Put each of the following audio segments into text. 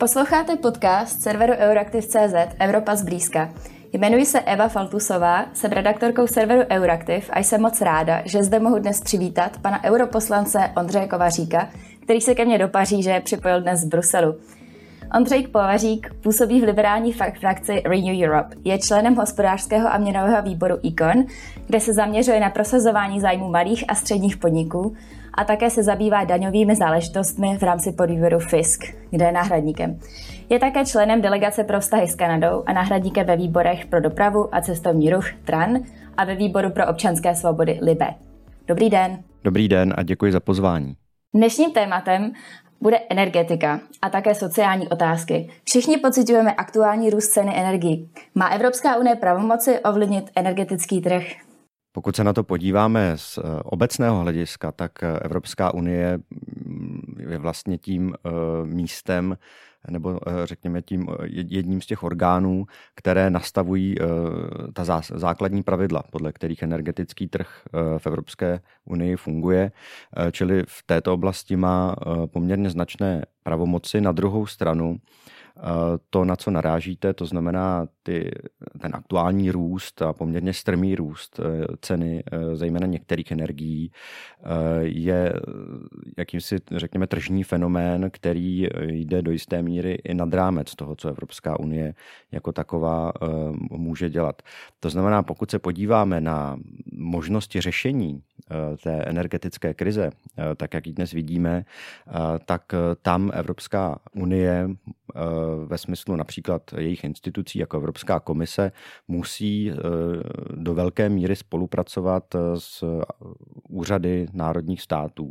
Posloucháte podcast serveru Euraktiv.cz Evropa zblízka. Jmenuji se Eva Faltusová, jsem redaktorkou serveru Euraktiv a jsem moc ráda, že zde mohu dnes přivítat pana europoslance Ondřeje Kovaříka, který se ke mně do Paříže připojil dnes z Bruselu. Ondřej Kovařík působí v liberální frakci Renew Europe. Je členem hospodářského a měnového výboru ECON, kde se zaměřuje na prosazování zájmů malých a středních podniků a také se zabývá daňovými záležitostmi v rámci podvýboru FISC, kde je náhradníkem. Je také členem delegace pro vztahy s Kanadou a náhradníkem ve výborech pro dopravu a cestovní ruch TRAN a ve výboru pro občanské svobody LIBE. Dobrý den. Dobrý den a děkuji za pozvání. Dnešním tématem bude energetika a také sociální otázky. Všichni pociťujeme aktuální růst ceny energií. Má Evropská unie pravomoci ovlivnit energetický trh? Pokud se na to podíváme z obecného hlediska, tak Evropská unie je vlastně tím místem, nebo řekněme tím jedním z těch orgánů, které nastavují ta základní pravidla, podle kterých energetický trh v Evropské unii funguje. Čili v této oblasti má poměrně značné pravomoci. Na druhou stranu to, na co narážíte, to znamená ten aktuální růst a poměrně strmý růst ceny, zejména některých energií, je jakýmsi, řekněme, tržní fenomén, který jde do jisté míry i nad rámec toho, co Evropská unie jako taková může dělat. To znamená, pokud se podíváme na možnosti řešení té energetické krize, tak jak ji dnes vidíme, tak tam Evropská unie ve smyslu například jejich institucí jako Evropská komise musí do velké míry spolupracovat s úřady národních států.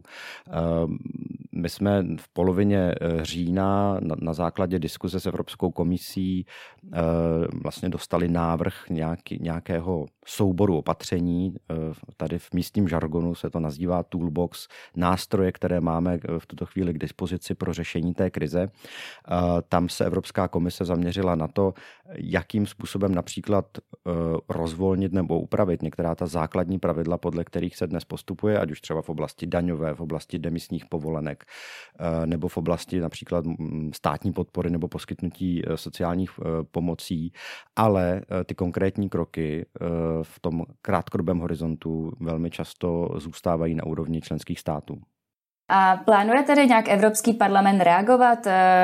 My jsme v polovině října na základě diskuze s Evropskou komisí vlastně dostali návrh nějakého souboru opatření. Tady v místním žargonu se to nazývá toolbox, nástroje, které máme v tuto chvíli k dispozici pro řešení té krize. Tam se Evropská komise zaměřila na to, jakým způsobem například rozvolnit nebo upravit některá ta základní pravidla, podle kterých se dnes postupuje, ať už třeba v oblasti daňové, v oblasti demisních povolenek, nebo v oblasti například státní podpory nebo poskytnutí sociálních pomocí, ale ty konkrétní kroky v tom krátkodobém horizontu velmi často zůstávají na úrovni členských států. A plánuje tedy nějak Evropský parlament reagovat?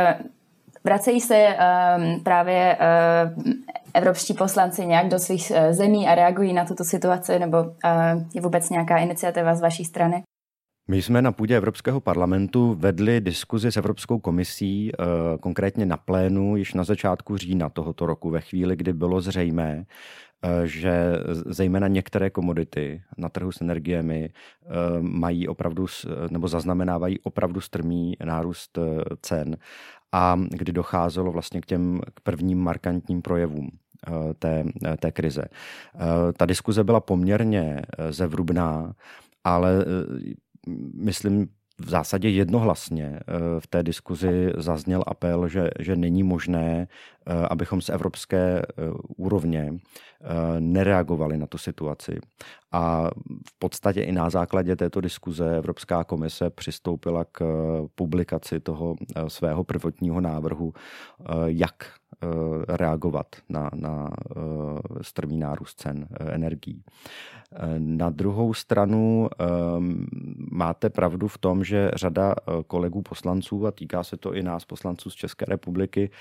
Vracejí se právě evropští poslanci nějak do svých zemí a reagují na tuto situaci, nebo je vůbec nějaká iniciativa z vaší strany? My jsme na půdě Evropského parlamentu vedli diskuzi s Evropskou komisí, konkrétně na plénu, již na začátku října tohoto roku, ve chvíli, kdy bylo zřejmé, že zejména některé komodity na trhu s energiemi mají opravdu, nebo zaznamenávají opravdu strmý nárůst cen a kdy docházelo vlastně k prvním markantním projevům té krize. Ta diskuze byla poměrně zevrubná, ale myslím, v zásadě jednohlasně v té diskuzi zazněl apel, že není možné, abychom z evropské úrovně nereagovali na tu situaci. A v podstatě i na základě této diskuze Evropská komise přistoupila k publikaci toho svého prvotního návrhu, jak reagovat na strmý nárůst cen energií. Na druhou stranu máte pravdu v tom, že řada kolegů poslanců, a týká se to i nás poslanců z České republiky,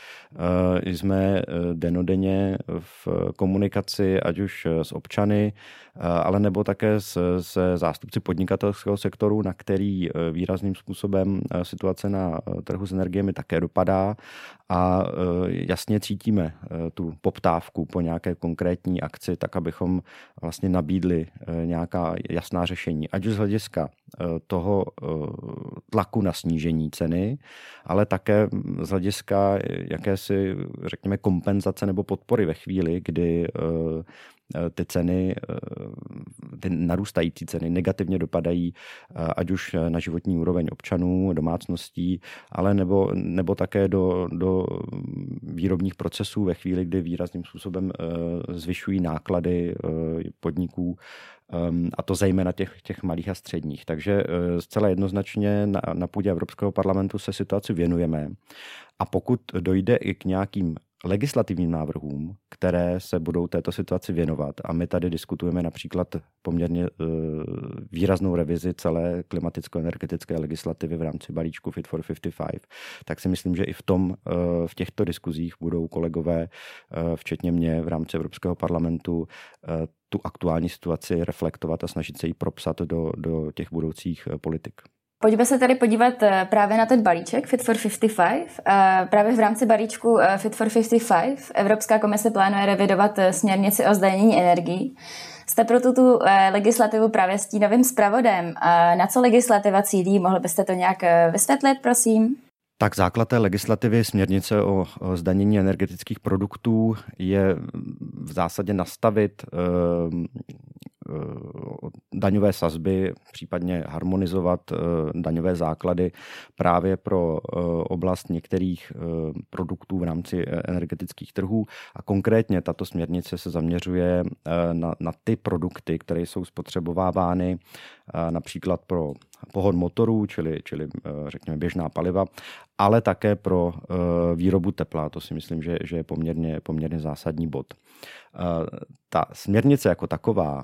jsme dennodenně v komunikaci, ať už s občany, ale nebo také se zástupci podnikatelského sektoru, na který výrazným způsobem situace na trhu s energiemi také dopadá a jasně cítíme tu poptávku po nějaké konkrétní akci, tak abychom vlastně nabídli nějaká jasná řešení, ať už z hlediska toho tlaku na snížení ceny, ale také z hlediska jakési, řekněme, kompenzace nebo podpory ve chvíli, kdy ty ceny, ty narůstající ceny negativně dopadají ať už na životní úroveň občanů, domácností, ale nebo také do výrobních procesů ve chvíli, kdy výrazným způsobem zvyšují náklady podniků a to zejména těch malých a středních. Takže zcela jednoznačně na půdě Evropského parlamentu se situaci věnujeme a pokud dojde i k nějakým legislativním návrhům, které se budou této situaci věnovat. A my tady diskutujeme například poměrně výraznou revizi celé klimaticko-energetické legislativy v rámci balíčku Fit for 55. Tak si myslím, že i v těchto diskuzích budou kolegové, včetně mě v rámci Evropského parlamentu, tu aktuální situaci reflektovat a snažit se ji propsat do těch budoucích politik. Pojďme se tady podívat právě na ten balíček Fit for 55. Právě v rámci balíčku Fit for 55 Evropská komise plánuje revidovat směrnici o zdanění energií. Jste pro tu legislativu právě stínovým zpravodajem. Na co legislativa cílí? Mohl byste to nějak vysvětlit, prosím? Tak základ té legislativy směrnice o zdanění energetických produktů je v zásadě nastavit daňové sazby, případně harmonizovat daňové základy právě pro oblast některých produktů v rámci energetických trhů. A konkrétně tato směrnice se zaměřuje na ty produkty, které jsou spotřebovávány například pro pohon motorů, čili řekněme běžná paliva, ale také pro výrobu tepla. To si myslím, že je poměrně zásadní bod. Ta směrnice jako taková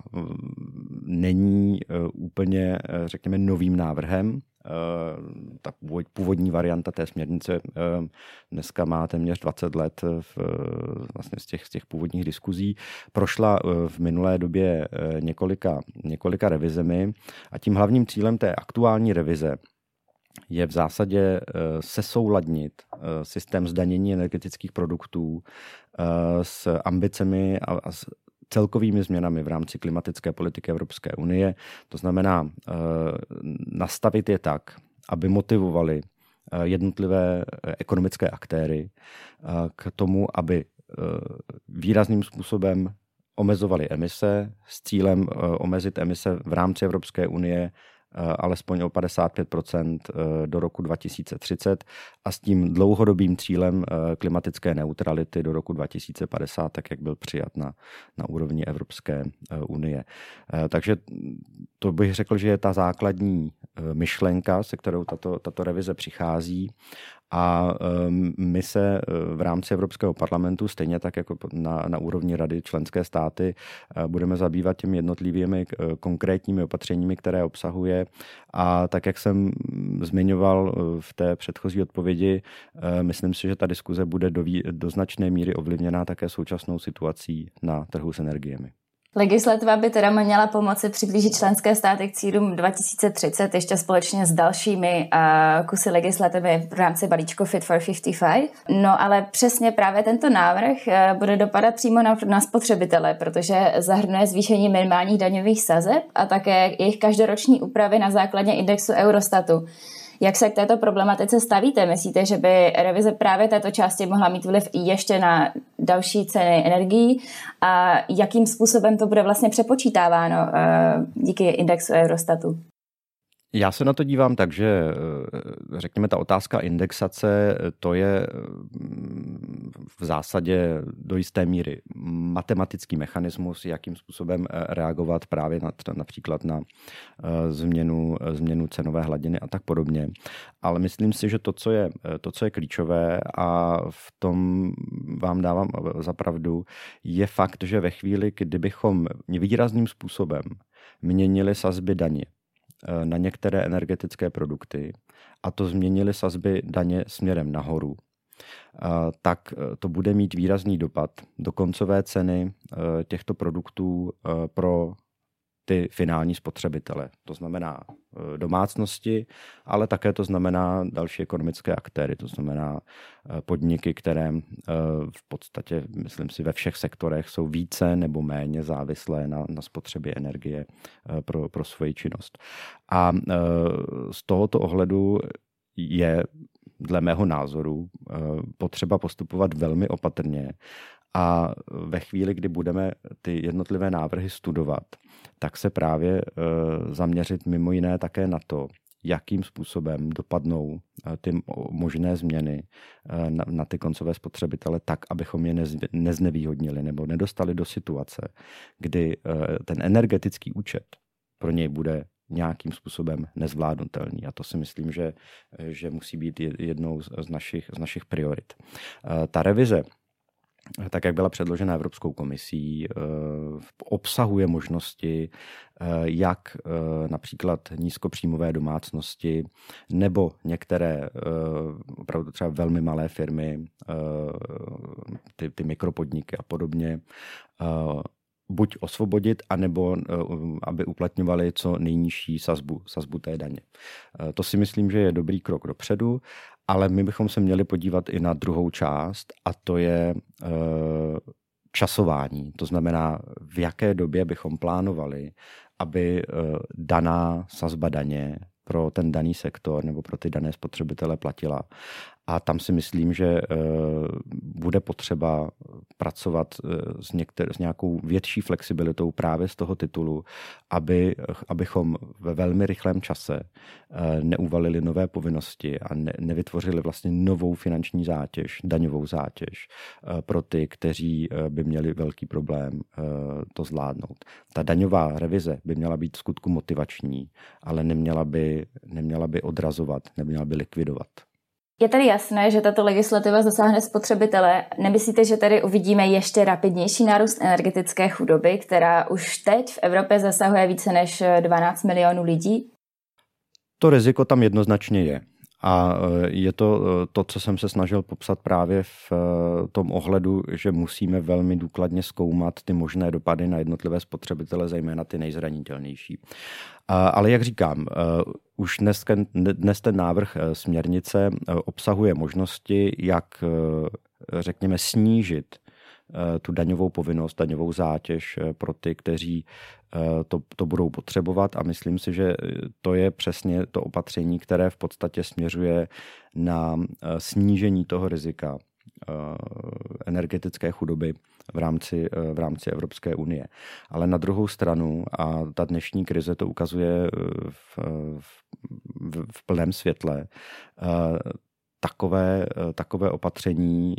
není úplně, řekněme, novým návrhem. Ta původní varianta té směrnice dneska má téměř 20 let vlastně z těch původních diskuzí. Prošla v minulé době několika revizemi a tím hlavním cílem té aktuální revize je v zásadě sesouladnit systém zdanění energetických produktů s ambicemi a s celkovými změnami v rámci klimatické politiky Evropské unie. To znamená nastavit je tak, aby motivovali jednotlivé ekonomické aktéry k tomu, aby výrazným způsobem omezovali emise s cílem omezit emise v rámci Evropské unie alespoň o 55% do roku 2030 a s tím dlouhodobým cílem klimatické neutrality do roku 2050, tak jak byl přijat na úrovni Evropské unie. Takže to bych řekl, že je ta základní myšlenka, se kterou tato revize přichází. A my se v rámci Evropského parlamentu, stejně tak jako na úrovni Rady členské státy, budeme zabývat těmi jednotlivými konkrétními opatřeními, které obsahuje. A tak, jak jsem zmiňoval v té předchozí odpovědi, myslím si, že ta diskuze bude do značné míry ovlivněná také současnou situací na trhu s energiemi. Legislativa by teda měla pomoci přiblížit členské státy k cílům 2030 ještě společně s dalšími kusy legislativy v rámci balíčku Fit for 55. No ale přesně právě tento návrh bude dopadat přímo na spotřebitele, protože zahrnuje zvýšení minimálních daňových sazeb a také jejich každoroční úpravy na základě indexu Eurostatu. Jak se k této problematice stavíte? Myslíte, že by revize právě této části mohla mít vliv i ještě na další ceny energií? A jakým způsobem to bude vlastně přepočítáváno díky indexu Eurostatu? Já se na to dívám tak, že řekněme ta otázka indexace, to je v zásadě do jisté míry matematický mechanismus, jakým způsobem reagovat právě například na změnu cenové hladiny a tak podobně. Ale myslím si, že to, co je klíčové a v tom vám dávám za pravdu, je fakt, že ve chvíli, kdybychom výrazným způsobem měnili sazby daně na některé energetické produkty a to změnili sazby daně směrem nahoru, tak to bude mít výrazný dopad do koncové ceny těchto produktů pro ty finální spotřebitele. To znamená domácnosti, ale také to znamená další ekonomické aktéry, to znamená podniky, které v podstatě, myslím si, ve všech sektorech jsou více nebo méně závislé na spotřebě energie pro svoji činnost. A z tohoto ohledu je dle mého názoru potřeba postupovat velmi opatrně a ve chvíli, kdy budeme ty jednotlivé návrhy studovat, tak se právě zaměřit mimo jiné také na to, jakým způsobem dopadnou ty možné změny na ty koncové spotřebitele tak, abychom je neznevýhodnili nebo nedostali do situace, kdy ten energetický účet pro něj bude nějakým způsobem nezvládnutelný. A to si myslím, že musí být jednou z našich priorit. Ta revize, tak jak byla předložena Evropskou komisí, obsahuje možnosti, jak například nízkopříjmové domácnosti nebo některé opravdu třeba velmi malé firmy, ty mikropodniky a podobně, buď osvobodit, anebo aby uplatňovali co nejnižší sazbu té daně. To si myslím, že je dobrý krok dopředu, ale my bychom se měli podívat i na druhou část, a to je časování. To znamená, v jaké době bychom plánovali, aby daná sazba daně pro ten daný sektor nebo pro ty dané spotřebitele platila. A tam si myslím, že bude potřeba pracovat s nějakou větší flexibilitou právě z toho titulu, abychom ve velmi rychlém čase neuvalili nové povinnosti a nevytvořili vlastně novou finanční zátěž, daňovou zátěž pro ty, kteří by měli velký problém to zvládnout. Ta daňová revize by měla být v skutku motivační, ale neměla by odrazovat, neměla by likvidovat. Je tedy jasné, že tato legislativa zasáhne spotřebitele. Nemyslíte, že tady uvidíme ještě rapidnější nárůst energetické chudoby, která už teď v Evropě zasahuje více než 12 milionů lidí? To riziko tam jednoznačně je. A je to, co jsem se snažil popsat právě v tom ohledu, že musíme velmi důkladně zkoumat ty možné dopady na jednotlivé spotřebitele, zejména ty nejzranitelnější. Ale jak říkám, už dnes ten návrh směrnice obsahuje možnosti, jak, řekněme, snížit tu daňovou povinnost, daňovou zátěž pro ty, kteří to budou potřebovat, a myslím si, že to je přesně to opatření, které v podstatě směřuje na snížení toho rizika energetické chudoby v rámci Evropské unie. Ale na druhou stranu, a ta dnešní krize to ukazuje v plném světle, takové opatření,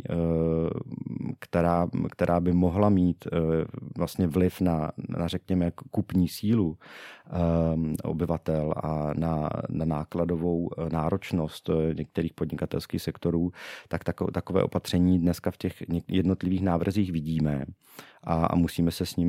která by mohla mít vlastně vliv na řekněme, kupní sílu obyvatel a na nákladovou náročnost některých podnikatelských sektorů, tak takové opatření dneska v těch jednotlivých návrzích vidíme a musíme se s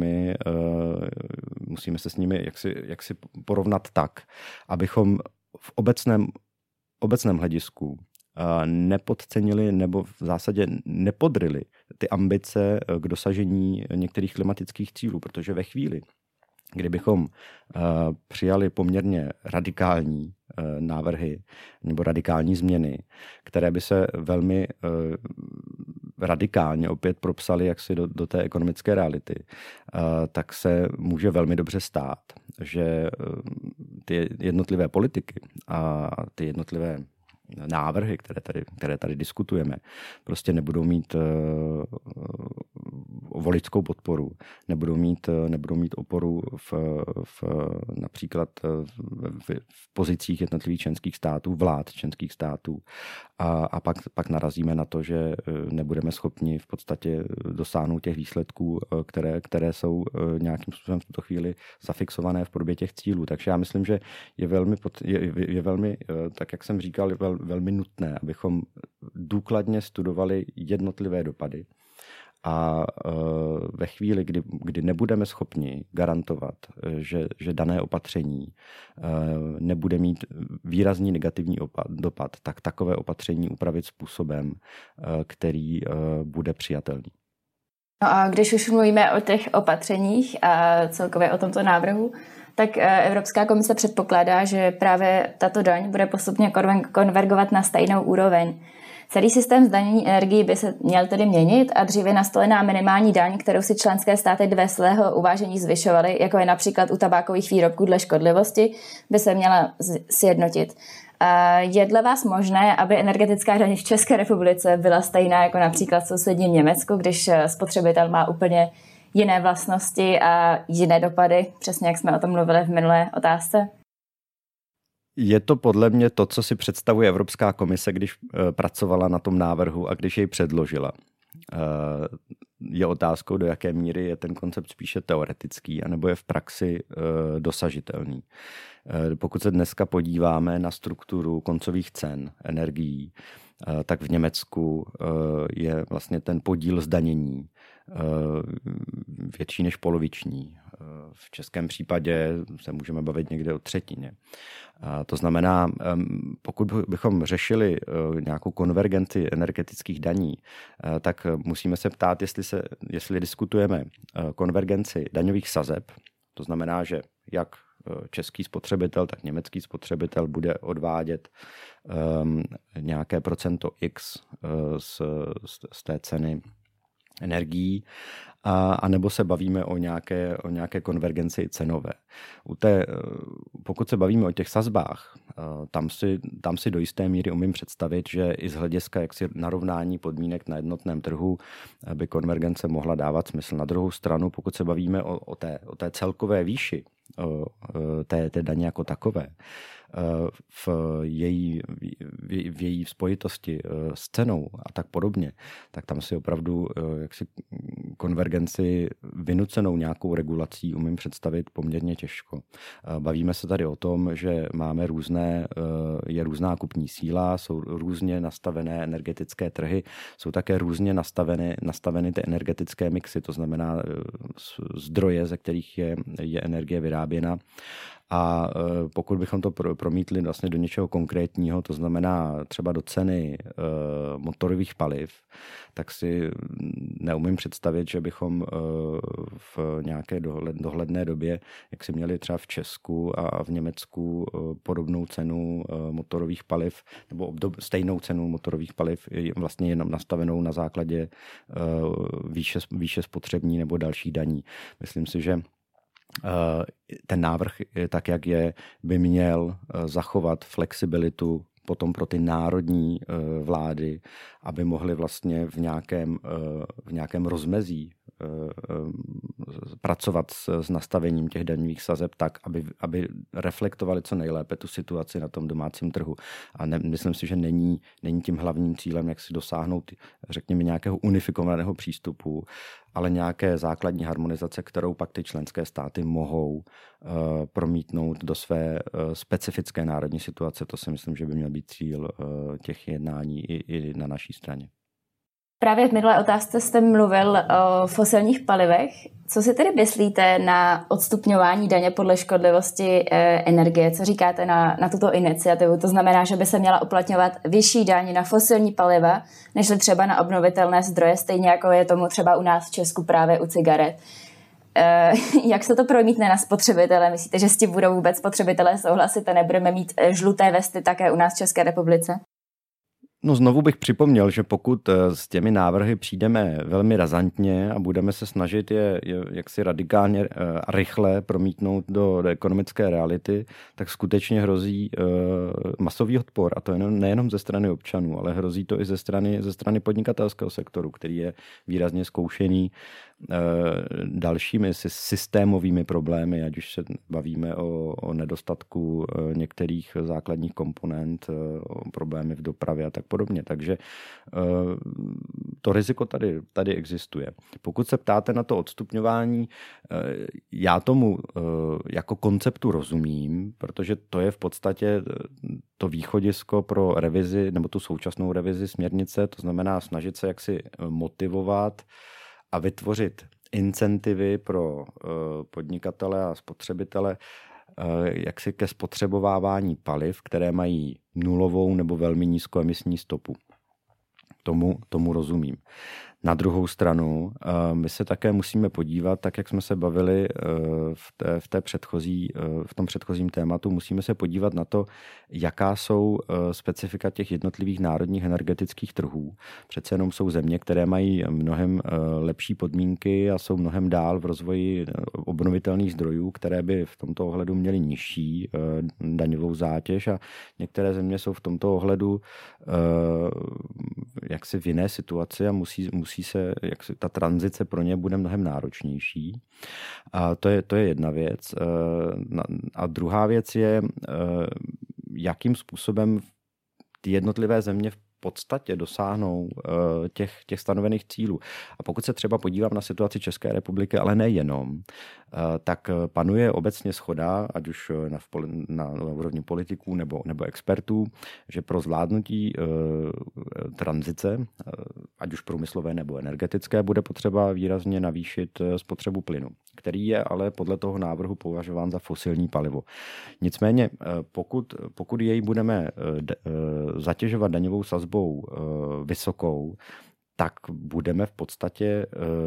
nimi jaksi porovnat tak, abychom v obecném hledisku nepodcenili nebo v zásadě nepodryli ty ambice k dosažení některých klimatických cílů, protože ve chvíli, kdybychom přijali poměrně radikální návrhy nebo radikální změny, které by se velmi radikálně opět propsaly jaksi do té ekonomické reality, tak se může velmi dobře stát, že ty jednotlivé politiky a ty jednotlivé návrhy, které tady diskutujeme, prostě nebudou mít voličskou podporu, nebudou mít oporu například v pozicích jednotlivých členských států, vlád členských států, a pak narazíme na to, že nebudeme schopni v podstatě dosáhnout těch výsledků, které jsou nějakým způsobem v tuto chvíli zafixované v podobě těch cílů. Takže já myslím, že je velmi, tak jak jsem říkal, velmi nutné, abychom důkladně studovali jednotlivé dopady. A ve chvíli, kdy nebudeme schopni garantovat, že dané opatření nebude mít výrazný negativní dopad, tak takové opatření upravit způsobem, který bude přijatelný. No a když už mluvíme o těch opatřeních a celkově o tomto návrhu, tak Evropská komise předpokládá, že právě tato daň bude postupně konvergovat na stejnou úroveň. Celý systém zdanění energií by se měl tedy měnit a dříve nastolená minimální daň, kterou si členské státy dle svého uvážení zvyšovaly, jako je například u tabákových výrobků dle škodlivosti, by se měla sjednotit. Je dle vás možné, aby energetická daň v České republice byla stejná jako například v sousedním Německu, když spotřebitel má úplně jiné vlastnosti a jiné dopady, přesně jak jsme o tom mluvili v minulé otázce? Je to podle mě to, co si představuje Evropská komise, když pracovala na tom návrhu a když jej předložila. Je otázkou, do jaké míry je ten koncept spíše teoretický, anebo je v praxi dosažitelný. Pokud se dneska podíváme na strukturu koncových cen energií, tak v Německu je vlastně ten podíl zdanění větší než poloviční. V českém případě se můžeme bavit někde o třetině. To znamená, pokud bychom řešili nějakou konvergenci energetických daní, tak musíme se ptát, jestli diskutujeme konvergenci daňových sazeb, to znamená, že jak český spotřebitel, tak německý spotřebitel bude odvádět nějaké procento X z té ceny energií, a nebo se bavíme o nějaké konvergenci cenové. Pokud se bavíme o těch sazbách, tam si do jisté míry umím představit, že i z hlediska jaksi narovnání podmínek na jednotném trhu by konvergence mohla dávat smysl. Na druhou stranu, pokud se bavíme o té celkové výši té daně jako takové, v její spojitosti s cenou a tak podobně, tak tam si opravdu jaksi konvergenci vynucenou nějakou regulací umím představit poměrně těžko. Bavíme se tady o tom, že máme je různá kupní síla, jsou různě nastavené energetické trhy, jsou také různě nastaveny ty energetické mixy, to znamená zdroje, ze kterých je energie vyráběna. A pokud bychom to promítli vlastně do něčeho konkrétního, to znamená třeba do ceny motorových paliv, tak si neumím představit, že bychom v nějaké dohledné době, jak si měli třeba v Česku a v Německu podobnou cenu motorových paliv, nebo stejnou cenu motorových paliv, vlastně jenom nastavenou na základě výše spotřební nebo dalších daní. Myslím si, že ten návrh, tak jak je, by měl zachovat flexibilitu potom pro ty národní vlády, aby mohly vlastně v nějakém rozmezí pracovat s nastavením těch daňových sazeb tak, aby reflektovali co nejlépe tu situaci na tom domácím trhu. A myslím si, že není tím hlavním cílem, jak si dosáhnout, řekněme, nějakého unifikovaného přístupu, ale nějaké základní harmonizace, kterou pak ty členské státy mohou promítnout do své specifické národní situace. To si myslím, že by měl být cíl těch jednání i na naší straně. Právě v minulé otázce jste mluvil o fosilních palivech. Co si tedy myslíte na odstupňování daně podle škodlivosti energie? Co říkáte na tuto iniciativu? To znamená, že by se měla uplatňovat vyšší daň na fosilní paliva, než třeba na obnovitelné zdroje, stejně jako je tomu třeba u nás v Česku právě u cigaret. Jak se to promítne na spotřebitele? Myslíte, že s tím budou vůbec spotřebitelé souhlasit a nebudeme mít žluté vesty také u nás v České republice? No znovu bych připomněl, že pokud s těmi návrhy přijdeme velmi razantně a budeme se snažit je jaksi radikálně a rychle promítnout do ekonomické reality, tak skutečně hrozí masový odpor. A to nejenom ze strany občanů, ale hrozí to i ze strany podnikatelského sektoru, který je výrazně zkoušený dalšími systémovými problémy, ať už se bavíme o nedostatku některých základních komponent, o problémy v dopravě a tak podobně. Takže to riziko tady existuje. Pokud se ptáte na to odstupňování, já tomu jako konceptu rozumím, protože to je v podstatě to východisko pro revizi nebo tu současnou revizi směrnice, to znamená snažit se jaksi motivovat a vytvořit incentivy pro podnikatele a spotřebitele jaksi ke spotřebovávání paliv, které mají nulovou nebo velmi nízkoemisní stopu. Tomu rozumím. Na druhou stranu, my se také musíme podívat, tak jak jsme se bavili v tom předchozím tématu, musíme se podívat na to, jaká jsou specifika těch jednotlivých národních energetických trhů. Přece jenom jsou země, které mají mnohem lepší podmínky a jsou mnohem dál v rozvoji obnovitelných zdrojů, které by v tomto ohledu měly nižší daňovou zátěž, a některé země jsou v tomto ohledu jaksi v jiné situaci a musí se, ta tranzice pro ně bude mnohem náročnější. A to je jedna věc. A druhá věc je, jakým způsobem ty jednotlivé země v podstatě dosáhnou těch stanovených cílů. A pokud se třeba podívám na situaci České republiky, ale nejenom, tak panuje obecně shoda, ať už na úrovni politiků nebo expertů, že pro zvládnutí tranzice, ať už průmyslové nebo energetické, bude potřeba výrazně navýšit spotřebu plynu, který je ale podle toho návrhu považován za fosilní palivo. Nicméně, pokud jej budeme zatěžovat daňovou sazbou vysokou, tak budeme v podstatě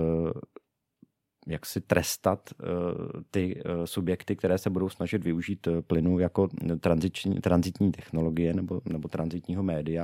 jak si trestat ty subjekty, které se budou snažit využít plynu jako tranzitní technologie nebo tranzitního média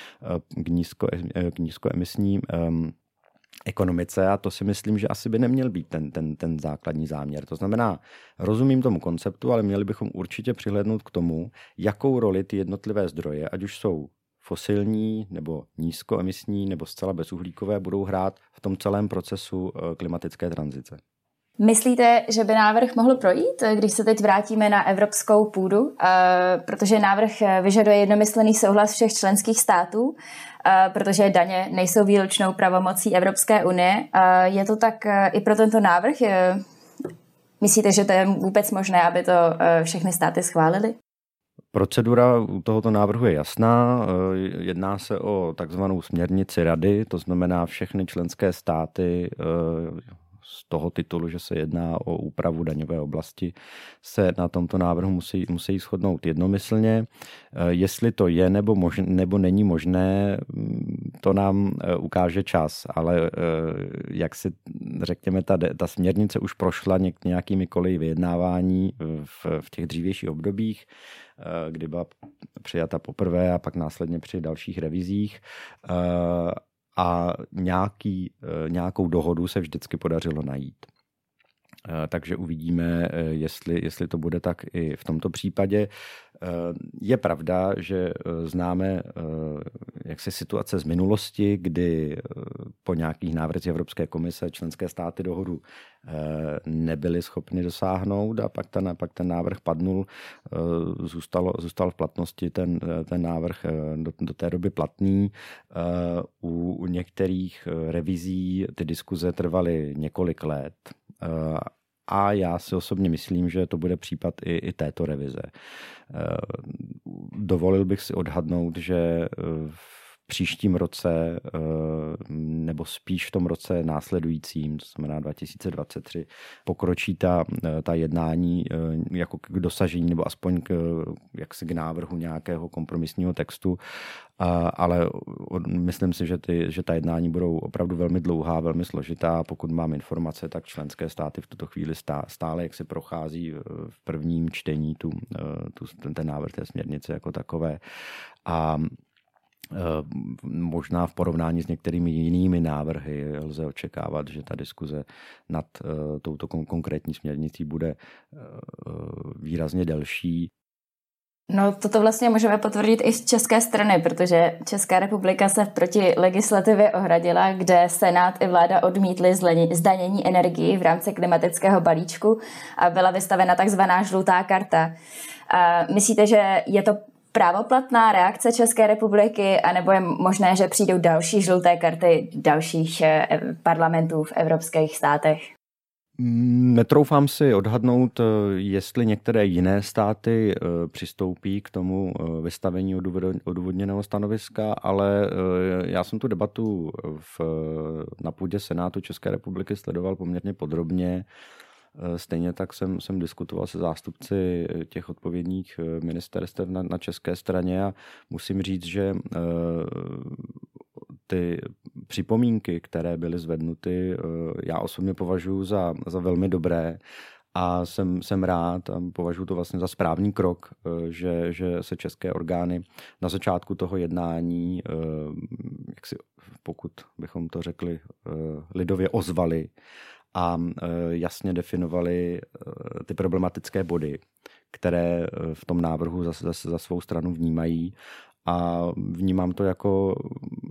k nízkoemisní ekonomice, a to si myslím, že asi by neměl být ten základní záměr. To znamená, rozumím tomu konceptu, ale měli bychom určitě přihlédnout k tomu, jakou roli ty jednotlivé zdroje, ať už jsou fosilní nebo nízkoemisní nebo zcela bezuhlíkové, budou hrát v tom celém procesu klimatické tranzice. Myslíte, že by návrh mohl projít, když se teď vrátíme na evropskou půdu? Protože návrh vyžaduje jednomyslný souhlas všech členských států, protože daně nejsou výlučnou pravomocí Evropské unie. Je to tak i pro tento návrh? Myslíte, že to je vůbec možné, aby to všechny státy schválily? Procedura u tohoto návrhu je jasná. Jedná se o takzvanou směrnici Rady, to znamená všechny členské státy z toho titulu, že se jedná o úpravu daňové oblasti, se na tomto návrhu musí shodnout jednomyslně. Jestli to je nebo není možné, to nám ukáže čas, ale jak si řekněme, ta směrnice už prošla nějakými koleji vyjednávání v těch dřívějších obdobích, kdy byla přijata poprvé a pak následně při dalších revizích. A nějakou dohodu se vždycky podařilo najít. Takže uvidíme, jestli to bude tak i v tomto případě. Je pravda, že známe jaksi situace z minulosti, kdy po nějakých návrzích Evropské komise členské státy dohodu nebyly schopny dosáhnout a pak ten návrh padnul, zůstal v platnosti ten návrh do té doby platný. U některých revizí ty diskuze trvaly několik let. A já si osobně myslím, že to bude případ i této revize. Dovolil bych si odhadnout, že v příštím roce, nebo spíš v tom roce následujícím, to znamená 2023, pokročí ta jednání jako k dosažení, nebo aspoň k návrhu nějakého kompromisního textu, ale myslím si, že ta jednání budou opravdu velmi dlouhá, velmi složitá. Pokud mám informace, tak členské státy v tuto chvíli stále jak se prochází v prvním čtení ten návrh té směrnice jako takové. A možná v porovnání s některými jinými návrhy lze očekávat, že ta diskuze nad touto konkrétní směrnicí bude výrazně delší. No, toto vlastně můžeme potvrdit i z české strany, protože Česká republika se proti legislativě ohradila, kde Senát i vláda odmítly zdanění energií v rámci klimatického balíčku a byla vystavena takzvaná žlutá karta. Myslíte, že je to právoplatná reakce České republiky, anebo je možné, že přijdou další žluté karty dalších parlamentů v evropských státech? Netroufám si odhadnout, jestli některé jiné státy přistoupí k tomu vystavení odůvodněného stanoviska, ale já jsem tu debatu na půdě Senátu České republiky sledoval poměrně podrobně. Stejně tak jsem diskutoval se zástupci těch odpovědných ministerstev na české straně a musím říct, že ty připomínky, které byly zvednuty, já osobně považuji za velmi dobré a jsem rád a považuji to vlastně za správný krok, že se české orgány na začátku toho jednání, pokud bychom to řekli lidově, ozvali a jasně definovali ty problematické body, které v tom návrhu za svou stranu vnímají. A vnímám to jako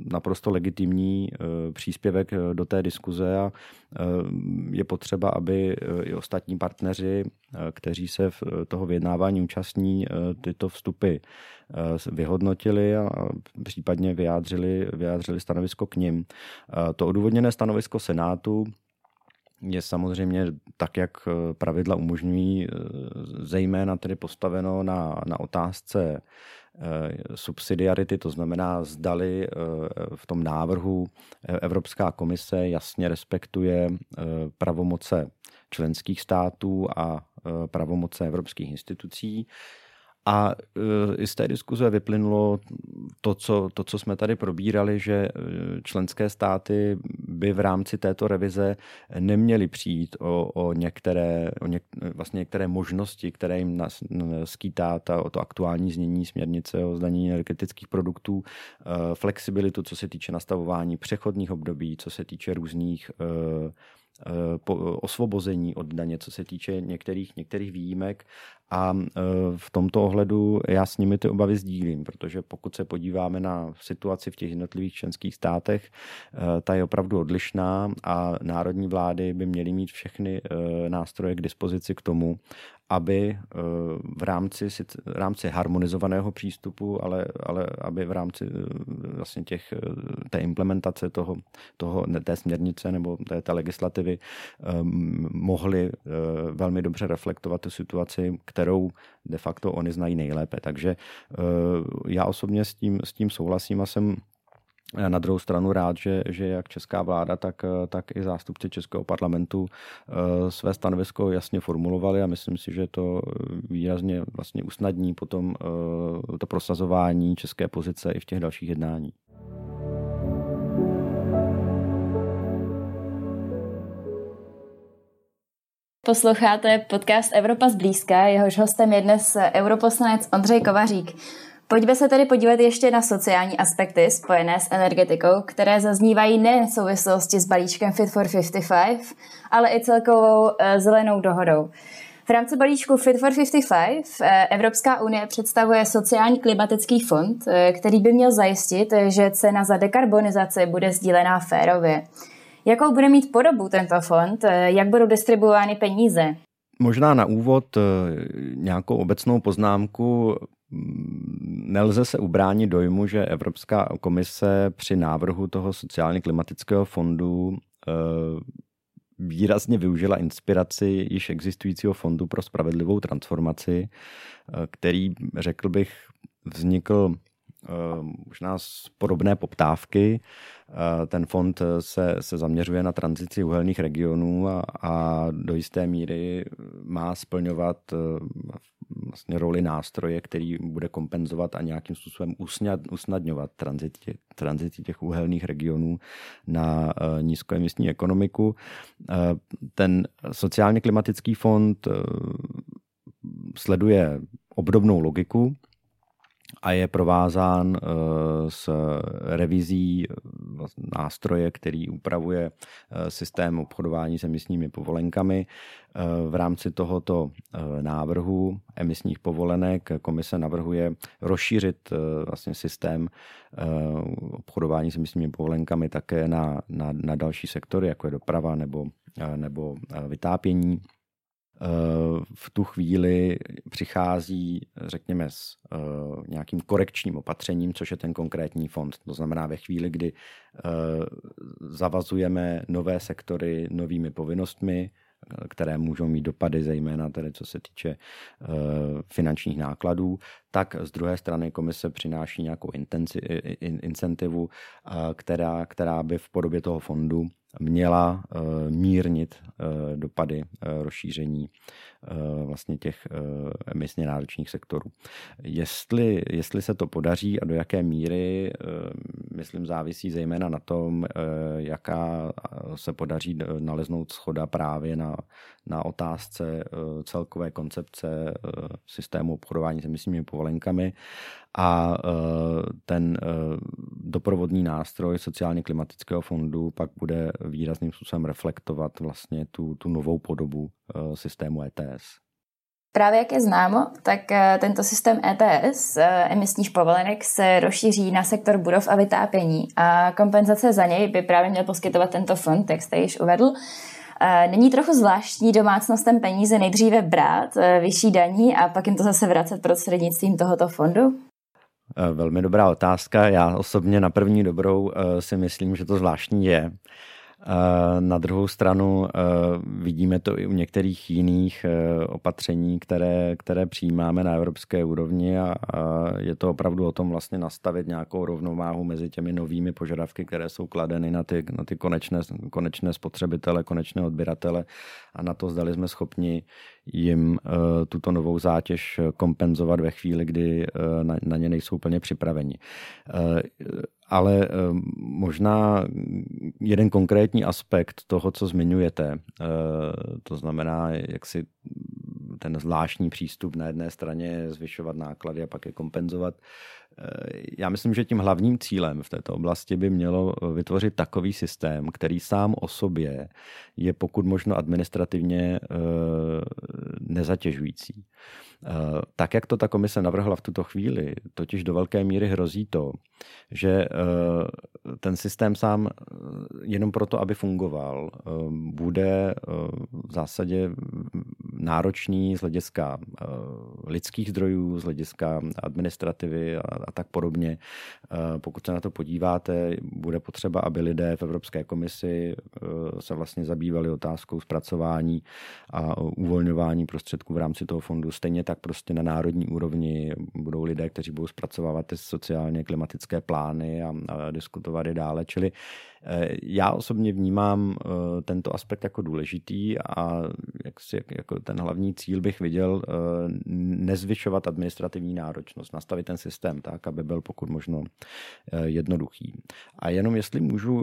naprosto legitimní příspěvek do té diskuze a je potřeba, aby i ostatní partneři, kteří se toho vyjednávání účastní, tyto vstupy vyhodnotili a případně vyjádřili stanovisko k nim. To odůvodněné stanovisko Senátu je samozřejmě tak, jak pravidla umožňují, zejména tedy postaveno na otázce subsidiarity, to znamená, zdali v tom návrhu Evropská komise jasně respektuje pravomoce členských států a pravomoce evropských institucí. A z té diskuze vyplynulo to, co jsme tady probírali, že členské státy by v rámci této revize neměly přijít o některé možnosti, které jim skýtá to aktuální znění směrnice o zdanění energetických produktů, flexibilitu, co se týče nastavování přechodných období, co se týče různých osvobození od daně, co se týče některých výjimek. A v tomto ohledu já s nimi ty obavy sdílím, protože pokud se podíváme na situaci v těch jednotlivých členských státech, ta je opravdu odlišná a národní vlády by měly mít všechny nástroje k dispozici k tomu, aby v rámci harmonizovaného přístupu, ale aby v rámci vlastně té implementace té směrnice nebo té legislativy mohli velmi dobře reflektovat tu situaci, kterou de facto oni znají nejlépe. Takže já osobně s tím souhlasím a jsem na druhou stranu rád, že jak česká vláda, tak i zástupci Českého parlamentu své stanovisko jasně formulovali a myslím si, že to výrazně vlastně usnadní potom to prosazování české pozice i v těch dalších jednání. Posloucháte podcast Evropa zblízka, jehož hostem je dnes europoslanec Ondřej Kovařík. Pojďme se tedy podívat ještě na sociální aspekty spojené s energetikou, které zaznívají nejen v souvislosti s balíčkem Fit for 55, ale i celkovou zelenou dohodou. V rámci balíčku Fit for 55 Evropská unie představuje sociální klimatický fond, který by měl zajistit, že cena za dekarbonizaci bude sdílená férově. Jakou bude mít podobu tento fond? Jak budou distribuovány peníze? Možná na úvod nějakou obecnou poznámku. Nelze se ubránit dojmu, že Evropská komise při návrhu toho sociálně klimatického fondu výrazně využila inspiraci již existujícího fondu pro spravedlivou transformaci, který, řekl bych, vznikl možná z podobné poptávky. Ten fond se zaměřuje na tranzici uhelných regionů a do jisté míry má splňovat vlastně roli nástroje, který bude kompenzovat a nějakým způsobem usnadňovat tranzici těch uhelných regionů na nízkoemisní ekonomiku. Ten sociálně klimatický fond sleduje obdobnou logiku a je provázán s revizí nástroje, který upravuje systém obchodování s emisními povolenkami. V rámci tohoto návrhu emisních povolenek komise navrhuje rozšířit vlastně systém obchodování s emisními povolenkami také na další sektory, jako je doprava nebo vytápění. V tu chvíli přichází, řekněme, s nějakým korekčním opatřením, což je ten konkrétní fond. To znamená ve chvíli, kdy zavazujeme nové sektory novými povinnostmi, které můžou mít dopady, zejména tedy co se týče finančních nákladů, tak z druhé strany komise přináší nějakou incentivu, která by v podobě toho fondu měla mírnit dopady rozšíření vlastně těch emisně náročných sektorů. Jestli se to podaří a do jaké míry, myslím, závisí zejména na tom, jaká se podaří naleznout shoda právě na otázce celkové koncepce systému obchodování s emisními povolenkami a ten doprovodný nástroj sociálně klimatického fondu pak bude výrazným způsobem reflektovat vlastně tu novou podobu systému ETS. Právě jak je známo, tak tento systém ETS, emisních povolenek, se rozšíří na sektor budov a vytápění a kompenzace za něj by právě měl poskytovat tento fond, jak jste již uvedl. Není trochu zvláštní domácnostem peníze nejdříve brát, vyšší daní a pak jim to zase vracet prostřednictvím tohoto fondu? Velmi dobrá otázka. Já osobně na první dobrou si myslím, že to zvláštní je. Na druhou stranu vidíme to i u některých jiných opatření, které přijímáme na evropské úrovni a je to opravdu o tom vlastně nastavit nějakou rovnováhu mezi těmi novými požadavky, které jsou kladeny na ty konečné spotřebitele, konečné odběratele a na to, zdali jsme schopni jim tuto novou zátěž kompenzovat ve chvíli, kdy na ně nejsou plně připraveni. Ale možná jeden konkrétní aspekt toho, co zmiňujete, to znamená, jak si ten zvláštní přístup na jedné straně zvyšovat náklady a pak je kompenzovat. Já myslím, že tím hlavním cílem v této oblasti by mělo vytvořit takový systém, který sám o sobě je pokud možno administrativně nezatěžující. Tak, jak to ta komise navrhla v tuto chvíli, totiž do velké míry hrozí to, že ten systém sám jenom proto, aby fungoval, bude v zásadě náročný z hlediska lidských zdrojů, z hlediska administrativy a tak podobně. Pokud se na to podíváte, bude potřeba, aby lidé v Evropské komisi se vlastně zabývali otázkou zpracování a uvolňování prostředků v rámci toho fondu. Stejně tak prostě na národní úrovni budou lidé, kteří budou zpracovávat ty sociálně klimatické plány a diskutovat je dále. Čili já osobně vnímám tento aspekt jako důležitý a jako ten hlavní cíl bych viděl nezvyšovat administrativní náročnost, nastavit ten systém tak, aby byl pokud možno jednoduchý. A jenom jestli můžu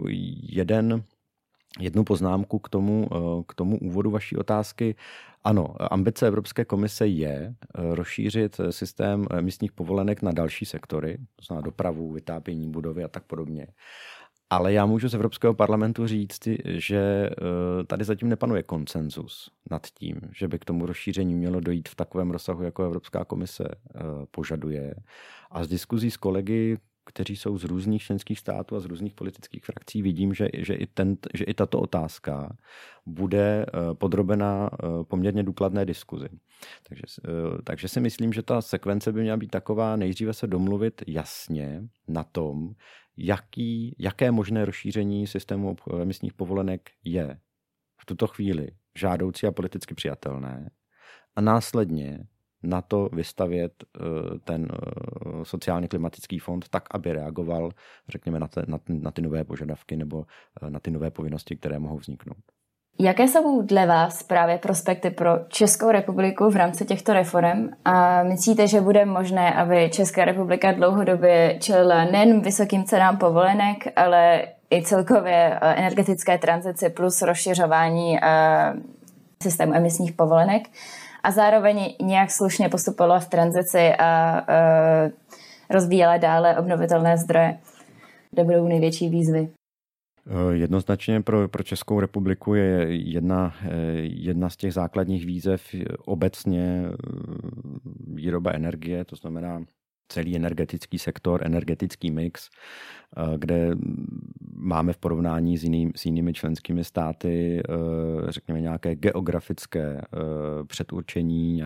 jednu poznámku k tomu úvodu vaší otázky. Ano, ambice Evropské komise je rozšířit systém emisních povolenek na další sektory, to znamená dopravu, vytápění, budovy a tak podobně. Ale já můžu z Evropského parlamentu říct, že tady zatím nepanuje konsenzus nad tím, že by k tomu rozšíření mělo dojít v takovém rozsahu, jako Evropská komise požaduje. A z diskuzí s kolegy, kteří jsou z různých členských států a z různých politických frakcí, vidím, že i tato otázka bude podrobena poměrně důkladné diskuzi. Takže si myslím, že ta sekvence by měla být taková, nejdříve se domluvit jasně na tom, jaké možné rozšíření systému emisních povolenek je v tuto chvíli žádoucí a politicky přijatelné a následně na to vystavět ten sociálně klimatický fond tak, aby reagoval, řekněme, na ty nové požadavky nebo na ty nové povinnosti, které mohou vzniknout. Jaké jsou dle vás právě prospekty pro Českou republiku v rámci těchto reforem? A myslíte, že bude možné, aby Česká republika dlouhodobě čelila nejen vysokým cenám povolenek, ale i celkově energetické tranzici plus rozšiřování systému emisních povolenek a zároveň nějak slušně postupovala v tranzici a rozvíjela dále obnovitelné zdroje, kde budou největší výzvy? Jednoznačně pro Českou republiku je jedna z těch základních výzev obecně výroba energie, to znamená celý energetický sektor, energetický mix, kde máme v porovnání s jinými členskými státy, řekněme, nějaké geografické předurčení,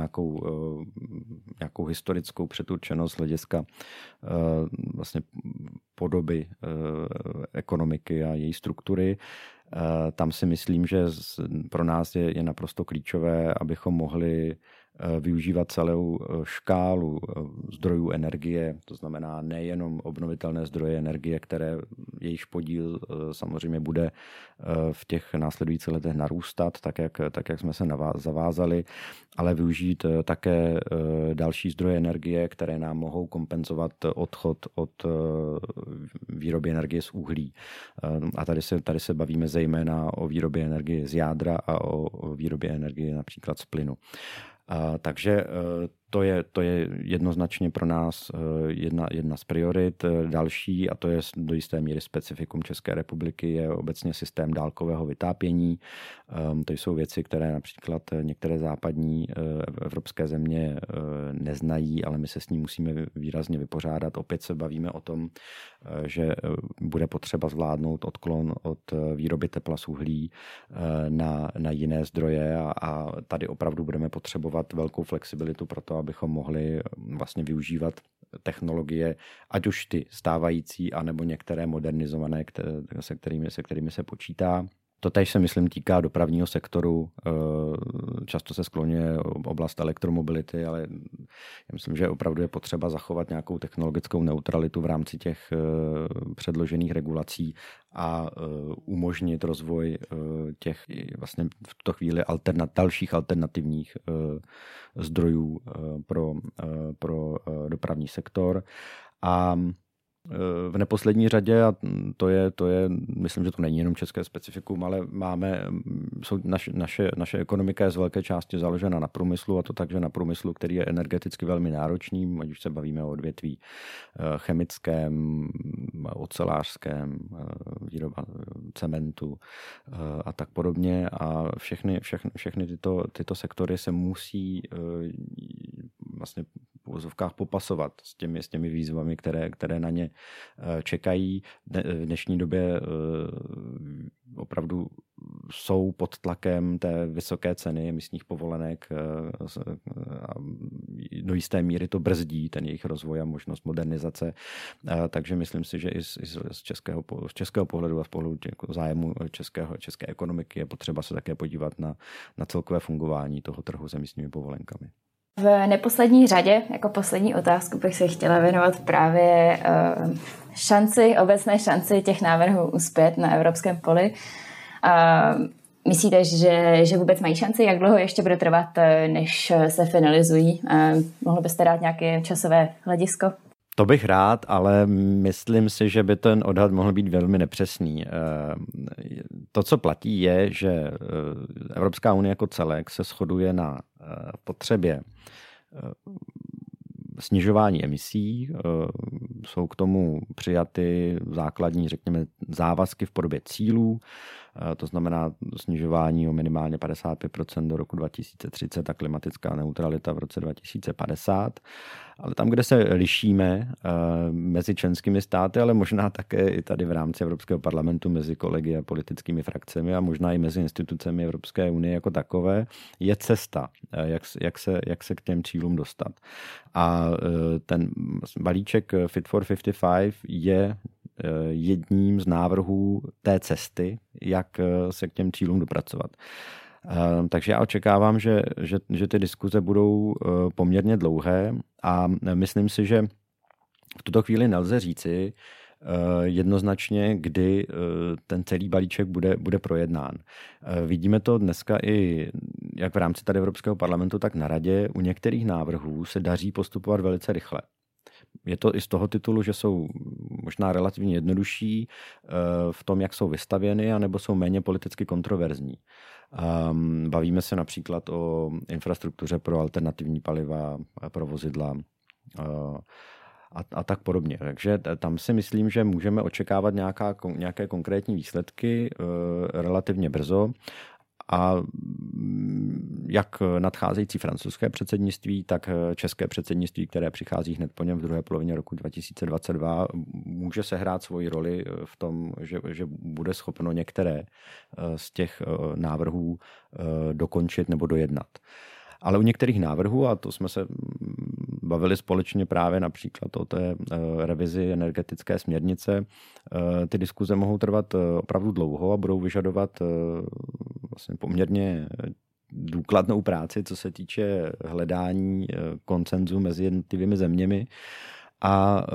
nějakou historickou předurčenost z hlediska vlastně podoby ekonomiky a její struktury. Tam si myslím, že pro nás je naprosto klíčové, abychom mohli využívat celou škálu zdrojů energie, to znamená nejenom obnovitelné zdroje energie, které jejíž podíl samozřejmě bude v těch následujících letech narůstat, tak jak jsme se zavázali, ale využít také další zdroje energie, které nám mohou kompenzovat odchod od výroby energie z uhlí. A tady se bavíme zejména o výrobě energie z jádra a o výrobě energie například z plynu. Takže To je jednoznačně pro nás jedna z priorit. Další, a to je do jisté míry specifikum České republiky, je obecně systém dálkového vytápění. To jsou věci, které například některé západní evropské země neznají, ale my se s ní musíme výrazně vypořádat. Opět se bavíme o tom, že bude potřeba zvládnout odklon od výroby tepla z uhlí na jiné zdroje a tady opravdu budeme potřebovat velkou flexibilitu pro to, abychom mohli vlastně využívat technologie, ať už ty stávající, anebo některé modernizované, se kterými se počítá. To též se, myslím, týká dopravního sektoru. Často se skloňuje oblast elektromobility, ale já myslím, že opravdu je potřeba zachovat nějakou technologickou neutralitu v rámci těch předložených regulací a umožnit rozvoj těch vlastně v tuto chvíli dalších alternativních zdrojů pro dopravní sektor. A v neposlední řadě, a to je, myslím, že to není jenom české specifikum, ale naše ekonomika je z velké části založena na průmyslu, a to takže na průmyslu, který je energeticky velmi náročný, ať už se bavíme o odvětví chemickém, ocelářském, výroba cementu a tak podobně. A všechny tyto sektory se musí vlastně v uvozovkách popasovat s těmi výzvami, které na ně čekají. V dnešní době opravdu jsou pod tlakem té vysoké ceny emisních povolenek a do jisté míry to brzdí ten jejich rozvoj a možnost modernizace. Takže myslím si, že i z českého pohledu a z pohledu zájmu české ekonomiky je potřeba se také podívat na celkové fungování toho trhu s emisními povolenkami. V neposlední řadě, jako poslední otázku, bych se chtěla věnovat právě obecné šanci těch návrhů uspět na evropském poli. Myslíte, že vůbec mají šanci? Jak dlouho ještě bude trvat, než se finalizují? Mohli byste dát nějaké časové hledisko? To bych rád, ale myslím si, že by ten odhad mohl být velmi nepřesný. To, co platí, je, že Evropská unie jako celek se shoduje na potřebě snižování emisí. Jsou k tomu přijaty základní, řekněme, závazky v podobě cílů. To znamená snižování o minimálně 55% do roku 2030 a klimatická neutralita v roce 2050. Ale tam, kde se lišíme mezi členskými státy, ale možná také i tady v rámci Evropského parlamentu mezi kolegy a politickými frakcemi a možná i mezi institucemi Evropské unie jako takové, je cesta, jak se k těm cílům dostat. A ten balíček Fit for 55 je jedním z návrhů té cesty, jak se k těm cílům dopracovat. Takže já očekávám, že ty diskuze budou poměrně dlouhé a myslím si, že v tuto chvíli nelze říci jednoznačně, kdy ten celý balíček bude projednán. Vidíme to dneska i jak v rámci tady Evropského parlamentu, tak na radě. U některých návrhů se daří postupovat velice rychle. Je to i z toho titulu, že jsou možná relativně jednodušší v tom, jak jsou vystavěny, anebo jsou méně politicky kontroverzní. Bavíme se například o infrastruktuře pro alternativní paliva, pro vozidla a tak podobně. Takže tam si myslím, že můžeme očekávat nějaké konkrétní výsledky relativně brzo. A jak nadcházející francouzské předsednictví, tak české předsednictví, které přichází hned po něm v druhé polovině roku 2022, může sehrát svoji roli v tom, že bude schopno některé z těch návrhů dokončit nebo dojednat. Ale u některých návrhů, a to jsme se bavili společně právě například o té revizi energetické směrnice, ty diskuze mohou trvat opravdu dlouho a budou vyžadovat vlastně poměrně důkladnou práci, co se týče hledání konsenzu mezi jednotlivými zeměmi. A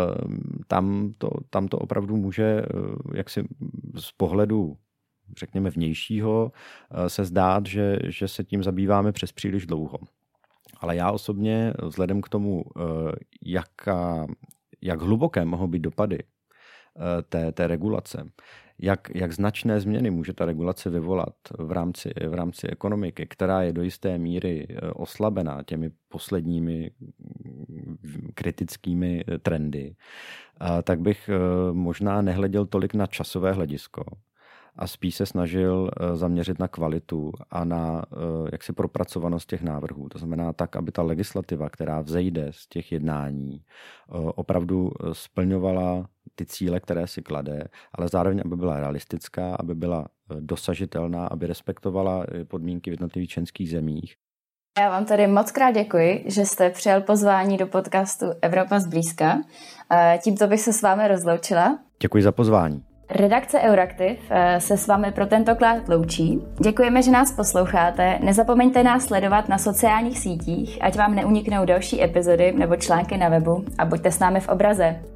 tam to opravdu může jaksi z pohledu řekněme vnějšího se zdát, že se tím zabýváme přes příliš dlouho. Ale já osobně vzhledem k tomu, jak hluboké mohou být dopady té regulace. Jak značné změny může ta regulace vyvolat v rámci ekonomiky, která je do jisté míry oslabená těmi posledními kritickými trendy, tak bych možná nehleděl tolik na časové hledisko a spíš se snažil zaměřit na kvalitu a na jaksi propracovanost těch návrhů. To znamená tak, aby ta legislativa, která vzejde z těch jednání, opravdu splňovala ty cíle, které si klade, ale zároveň, aby byla realistická, aby byla dosažitelná, aby respektovala podmínky v jednotlivých členských zemích. Já vám tady moc krát děkuji, že jste přijal pozvání do podcastu Evropa zblízka. Tímto bych se s vámi rozloučila. Děkuji za pozvání. Redakce Euraktiv se s vámi pro tentokrát loučí. Děkujeme, že nás posloucháte. Nezapomeňte nás sledovat na sociálních sítích, ať vám neuniknou další epizody nebo články na webu a buďte s námi v obraze.